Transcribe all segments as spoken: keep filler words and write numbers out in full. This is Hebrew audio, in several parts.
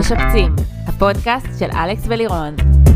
משפצים, הפודקאסט של אלכס ולירון.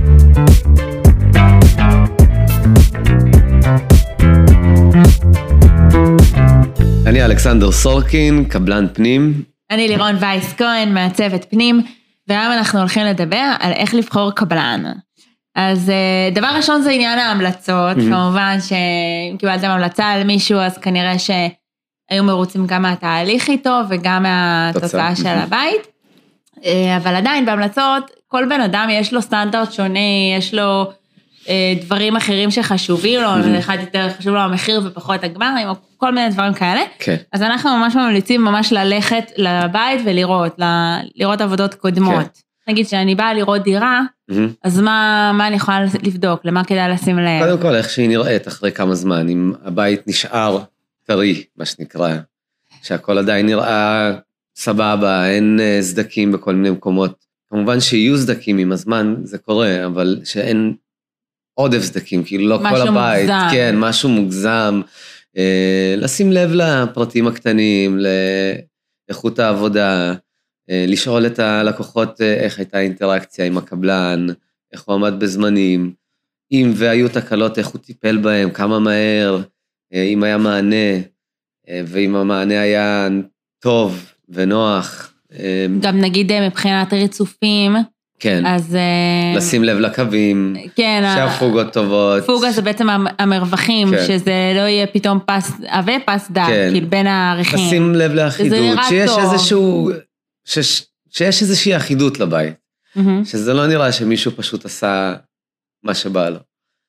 אני אלכסנדר סורקין, קבלן פנים. אני לירון וייס כהן, מעצבת פנים, והיום אנחנו הולכים לדבר על איך לבחור קבלן. אז דבר ראשון זה עניין ההמלצות, mm-hmm. כמובן שאם קיבלתם המלצה על מישהו, אז כנראה שהיו מרוצים גם מהתהליך איתו, וגם מהתוצאה של הבית, אבל עדיין בהמלצות, כל בן אדם יש לו סטנדרט שונה, יש לו דברים אחרים שחשובים לו, mm-hmm. אחד יותר חשוב לו המחיר ופחות הגמרים, או כל מיני דברים כאלה, okay. אז אנחנו ממש ממליצים ממש ללכת לבית ולראות, לראות עבודות קודמות. Okay. נגיד שאני באה לראות דירה, mm-hmm. אז מה, מה אני יכולה לבדוק? למה כדאי לשים לב? קודם כל, איך שהיא נראית אחרי כמה זמן, אם הבית נשאר טרי, מה שנקרא, שהכל עדיין נראה סבבה, אין סדקים בכל מיני מקומות. כמובן שיהיו סדקים עם הזמן, זה קורה, אבל שאין עודף סדקים, כאילו לא כל הבית. מוגזם. כן, משהו מוגזם. אה, לשים לב לפרטים הקטנים, לאיכות העבודה, לשאול את הלקוחות איך הייתה האינטראקציה עם הקבלן, איך הוא עמד בזמנים, אם והיו תקלות, איך הוא טיפל בהם, כמה מהר, אם היה מענה, ואם המענה היה טוב ונוח. גם נגיד מבחינת ריצופים, כן, אז לשים לב לקווים, כן, שהפוגות טובות. פוגה זה בעצם המרווחים, כן. שזה לא יהיה פתאום פס עבה, פס דק, כן. כאילו בין העריכים. לשים לב לאחידות, שיש איזשהו... שיש, שיש איזושהי אחידות לבית, mm-hmm. שזה לא נראה שמישהו פשוט עשה מה שבא לו.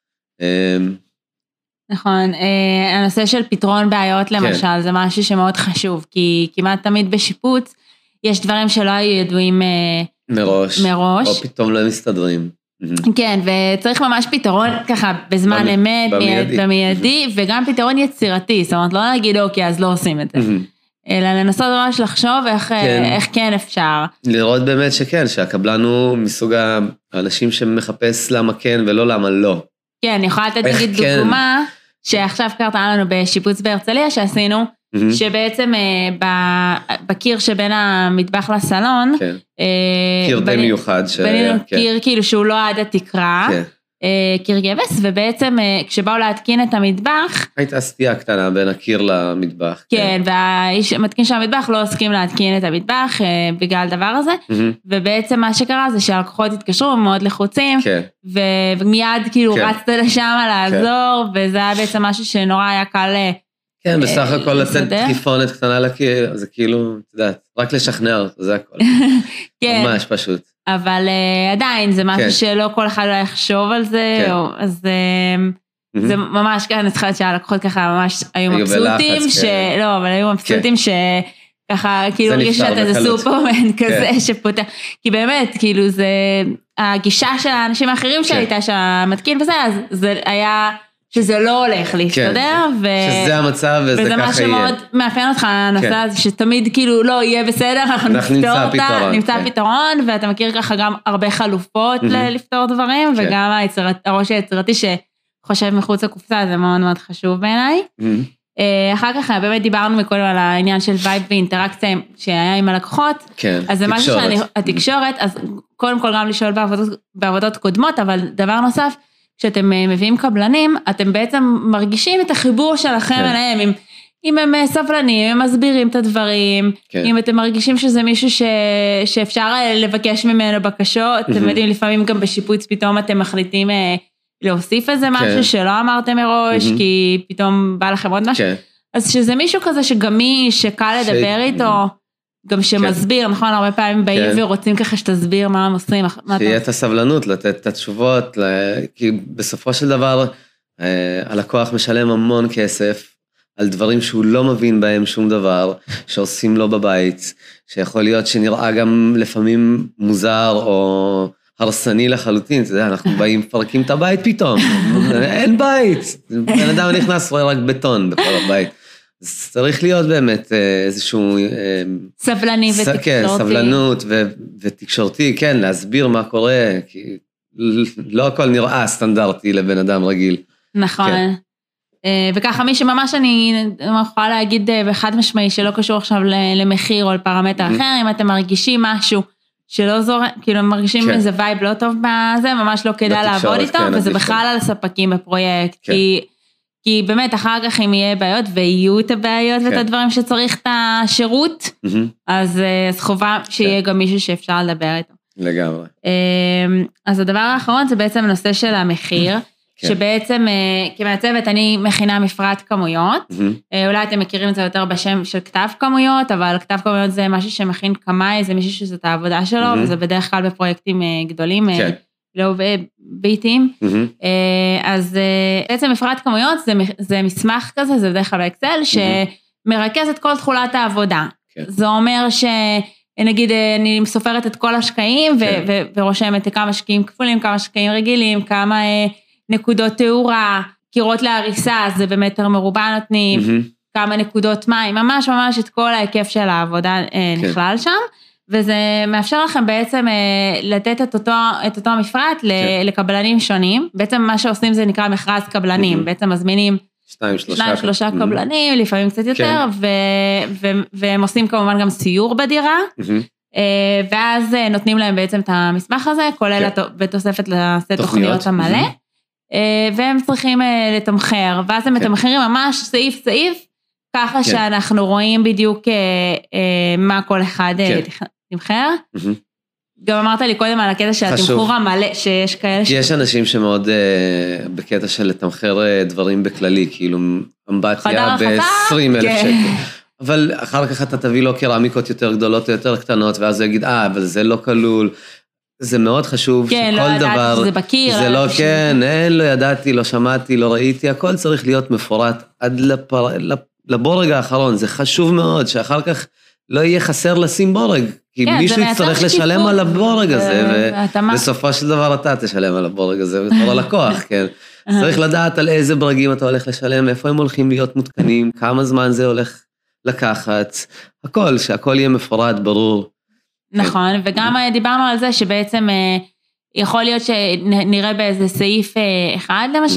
נכון, הנושא של פתרון בעיות למשל, כן. זה משהו שמאוד חשוב, כי כמעט תמיד בשיפוץ, יש דברים שלא היו ידועים מראש, מראש. או פתאום לא מסתדרים. כן, וצריך ממש פתרון ככה בזמן אמת, במיידי, במיידי וגם פתרון יצירתי, זאת אומרת, לא להגיד אוקיי, אז לא עושים את זה. אלא לנסות ממש לחשוב איך כן. איך כן אפשר. לראות באמת שכן, שהקבלן הוא מסוג האנשים שמחפש למה כן ולא למה לא. כן, אני יכולה לתת נגיד כן. דוגמה, שעכשיו קרתה לנו בשיפוץ בהרצליה שעשינו, mm-hmm. שבעצם בקיר שבין המטבח לסלון, כן. קיר די מיוחד. ש... בנינו כן. קיר כאילו שהוא לא עד התקרה, כן. קיר גבס, ובעצם כשבאו להתקין את המטבח, הייתה סטייה קטנה בין הקיר למטבח. כן, והאיש מתקין של המטבח לא הסכים להתקין את המטבח בגלל הדבר הזה, ובעצם מה שקרה זה שהלקוחות התקשרו מאוד לחוצים, ומיד כאילו רצת לשם לעזור, וזה היה בעצם משהו שנורא היה קל כן, בסך הכל לתת דחיפונת קטנה לקיר, זה כאילו, אתה יודעת, רק לשכנע אותו, זה הכל. ממש פשוט. אבל uh, עדיין זה משהו כן. שלא כל אחד לא יחשוב על זה, כן. או, אז uh, mm-hmm. זה ממש כאן, אני צריכה לדעת שהלקוחות ככה ממש היו מבסוטים, ש... כן. לא, אבל היו מבסוטים כן. שככה כאילו רגישת איזה סופרמן כזה כן. שפותח, כי באמת כאילו זה, הגישה של האנשים האחרים כן. שהייתה שהמתקין וזה, אז זה היה... שזה לא הולך להסתדר, כן, ו... שזה המצב וזה ככה יהיה. וזה מה שמאוד מאפיין אותך, הנושא כן. הזה, שתמיד כאילו לא יהיה בסדר, אנחנו נפתור אותה, נמצא כן. פתרון, ואתה מכיר ככה גם הרבה חלופות mm-hmm. לפתור דברים, כן. וגם היצירת, הראש היצירתי שחושב מחוץ לקופסה, זה מאוד מאוד חשוב בעיניי. Mm-hmm. אחר כך באמת דיברנו מקודם על העניין של וייב ואינטראקציה שהיה עם הלקוחות, כן, אז זה משהו שאני, התקשורת, אז קודם כל גם לשאול בעבודות, בעבודות קודמות, אבל דבר נוסף, כשאתם מביאים קבלנים, אתם בעצם מרגישים את החיבור שלכם כן. אליהם, אם, אם הם סבלנים, הם מסבירים את הדברים, כן. אם אתם מרגישים שזה מישהו ש, שאפשר לבקש ממנו בקשות, אתם יודעים, לפעמים גם בשיפוץ פתאום אתם מחליטים להוסיף איזה משהו כן. שלא אמרתם מראש, כי פתאום בא לכם עוד משהו, כן. אז שזה מישהו כזה שגמיש, שקל ש... לדבר איתו, גם שמסביר, נכון, הרבה פעמים באים ורוצים ככה שתסביר מה הם עושים. שיהיה את הסבלנות, לתת את התשובות, כי בסופו של דבר, הלקוח משלם המון כסף, על דברים שהוא לא מבין בהם שום דבר, שעושים לו בבית, שיכול להיות שנראה גם לפעמים מוזר, או הרסני לחלוטין, אתה יודע, אנחנו באים, פרקים את הבית פתאום, אין בית, בן אדם נכנס, רואה רק בטון בכל הבית. אז צריך להיות באמת איזשהו... סבלני ס... ותקשורתי. כן, סבלנות ו... ותקשורתי, כן, להסביר מה קורה, כי לא הכל נראה סטנדרטי לבן אדם רגיל. נכון. כן. וככה מי שממש אני יכולה להגיד בחד משמעי, שלא קשור עכשיו למחיר או לפרמטר אחר, אם אתם מרגישים משהו שלא זורם, כאילו הם מרגישים איזה וייב לא טוב בזה, ממש לא כדאי לעבוד איתו, וזה בכלל על הספקים בפרויקט, כי כי באמת אחר כך אם יהיה בעיות, ויהיו את הבעיות ואת הדברים שצריך את השירות, אז חובה שיהיה גם מישהו שאפשר לדבר איתו. לגמרי. אז הדבר האחרון זה בעצם הנושא של המחיר, שבעצם כמעצבת אני מכינה מפרט כמויות, אולי אתם מכירים את זה יותר בשם של כתב כמויות, אבל כתב כמויות זה משהו שמכין כמאי, זה מישהו שזאת העבודה שלו, וזה בדרך כלל בפרויקטים גדולים, לא ביתיים, אז בעצם מפרט כמויות זה מסמך כזה, זה בדרך כלל באקסל, שמרכז את כל תחולת העבודה. זה אומר שנגיד אני סופרת את כל השקעים, ורושמת כמה שקעים כפולים, כמה שקעים רגילים, כמה נקודות תאורה, קירות להריסה, זה במטר מרובע נותנים, כמה נקודות מים, ממש ממש את כל ההיקף של העבודה נכלל שם, וזה מאפשר לכם בעצם לתת את אותו, את אותו מפרט לקבלנים שונים, בעצם מה שעושים זה נקרא מכרז קבלנים, בעצם מזמינים שניים, שלושה, שלושה קבלנים, לפעמים קצת יותר, והם עושים כמובן גם סיור בדירה, ואז נותנים להם בעצם את המסמך הזה, כולל בתוספת לסט תוכניות המלא, והם צריכים לתמחר, ואז הם מתמחרים ממש סעיף סעיף, ככה שאנחנו רואים בדיוק מה כל אחד תמחר. גם אמרת לי קודם על הקטע של התמחור המלא, שיש כאלה... יש אנשים שמאוד בקטע של לתמחר דברים בכללי, כאילו אמבטיה ב-עשרים אלף שקל. אבל אחר כך אתה תביא לו קרמיקות יותר גדולות או יותר קטנות, ואז הוא יגיד, אה, אבל זה לא כלול. זה מאוד חשוב שכל דבר... כן, לא ידעתי שזה בקיר. זה לא, כן, אין, לא ידעתי, לא שמעתי, לא ראיתי, הכל צריך להיות מפורט עד לבורג האחרון. זה חשוב מאוד, שאחר כך לא יהיה חסר לשים בורג, כי מישהו יצטרך לשלם על הבורג הזה, ובסופו של דבר אתה תשלם על הבורג הזה, בתור הלקוח, כן. צריך לדעת על איזה ברגים אתה הולך לשלם, איפה הם הולכים להיות מותקנים, כמה זמן זה הולך לקחת, הכל, שהכל יהיה מפורט, ברור. נכון, וגם דיברנו על זה שבעצם יכול להיות שנראה באיזה סעיף אחד למשל,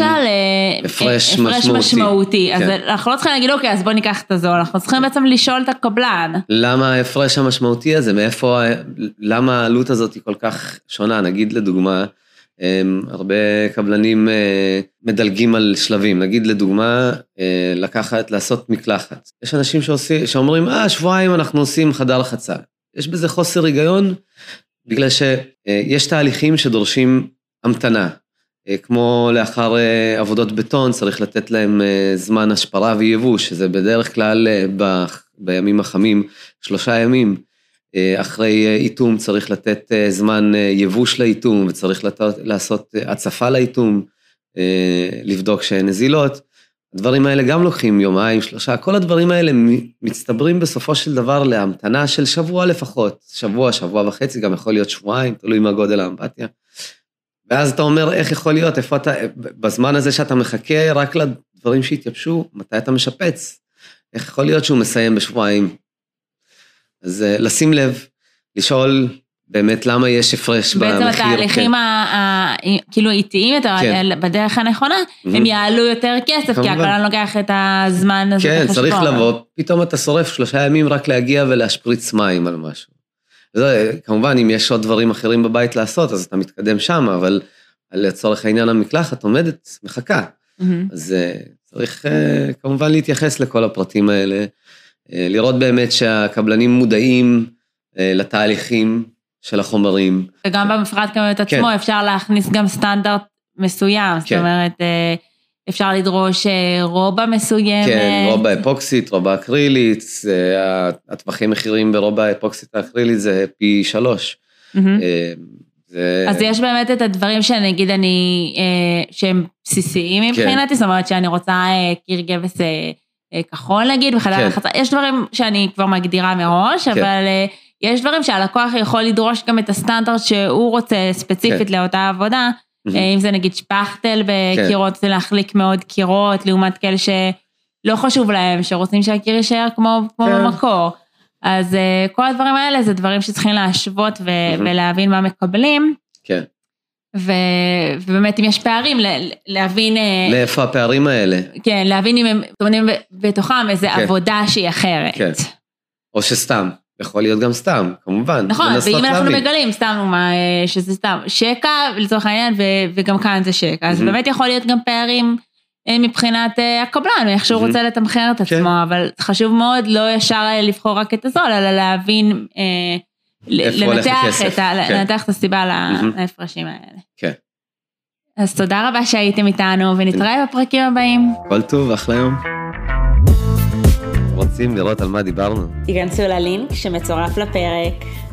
הפרש משמעותי, אז אנחנו לא צריכים להגיד, אוקיי, אז בוא ניקח את הזול, אנחנו צריכים בעצם לשאול את הקבלן. למה ההפרש המשמעותי הזה, מאיפה, למה העלות הזאת היא כל כך שונה, נגיד לדוגמה, הרבה קבלנים מדלגים על שלבים, נגיד לדוגמה, לקחת, לעשות מקלחת. יש אנשים שאומרים, אה, שבועיים אנחנו עושים חדר חצה. יש בזה חוסר היגיון, בגלל שיש תהליכים שדורשים המתנה, כמו לאחר עבודות בטון, צריך לתת להם זמן השפרה ויבוש, שזה בדרך כלל ב, בימים החמים, שלושה ימים, אחרי איתום צריך לתת זמן יבוש לאיתום, וצריך לעשות הצפה לאיתום, לבדוק שאין נזילות, הדברים האלה גם לוקחים יומיים, שלושה, כל הדברים האלה מצטברים בסופו של דבר להמתנה של שבוע לפחות, שבוע, שבוע וחצי, גם יכול להיות שבועיים, תלוי מה גודל האמבטיה. ואז אתה אומר, איך יכול להיות, איפה אתה, בזמן הזה שאתה מחכה רק לדברים שהתייבשו, מתי אתה משפץ? איך יכול להיות שהוא מסיים בשבועיים? אז לשים לב, לשאול באמת למה יש הפרש במחיר. בעצם התהליכים כאילו איטיים יותר, בדרך הנכונה, הם יעלו יותר כסף, כי הקבלן לוקח את הזמן הזה. כן, צריך לבוא, פתאום אתה שורף שלושה ימים רק להגיע ולהשפריץ מים על משהו. כמובן, אם יש עוד דברים אחרים בבית לעשות, אז אתה מתקדם שם, אבל לצורך העניין המקלחת עומדת, מחכה. אז צריך כמובן להתייחס לכל הפרטים האלה, לראות באמת שהקבלנים מודעים לתהליכים של החומרים. וגם במפרט כמות עצמו אפשר להכניס גם סטנדרט מסוים, זאת אומרת, אפשר לדרוש רובה מסוימת. כן, רובה אפוקסית, רובה אקרילית, הטווחים מחירים ברובה אפוקסית האקרילית זה פי שלוש. אז יש באמת את הדברים שנגיד אני, שהם בסיסיים מבחינתי, זאת אומרת שאני רוצה קיר גבס כחול נגיד, בחדר החצה, יש דברים שאני כבר מגדירה מראש, אבל יש דברים שהלקוח יכול לדרוש גם את הסטנדרט שהוא רוצה ספציפית לאותה עבודה, אם זה נגיד שפכטל בקירות, זה להחליק מאוד קירות, לעומת כאלה שלא חשוב להם, שרוצים שהקיר יישאר כמו במקור. אז כל הדברים האלה זה דברים שצריכים להשוות ולהבין מה מקבלים. כן. ובאמת אם יש פערים, להבין... לאיפה הפערים האלה? כן, להבין אם הם טומנים בתוכם איזו עבודה שהיא אחרת. כן. או שסתם. יכול להיות גם סתם, כמובן. נכון, ואם אנחנו מגלים סתם, שזה סתם שקע, לצורך העניין, וגם כאן זה שקע, אז באמת יכול להיות גם פערים מבחינת הקבלן, איך שהוא רוצה לתמחר את עצמו, אבל חשוב מאוד לא ישר לבחור רק את הזול, אלא להבין, לנתח את הסיבה להפרשים האלה. כן. אז תודה רבה שהייתם איתנו, ונתראה בפרקים הבאים. כל טוב, אחלה יום. רוצים לראות על מה דיברנו? תיכנסו ללינק שמצורף לפרק.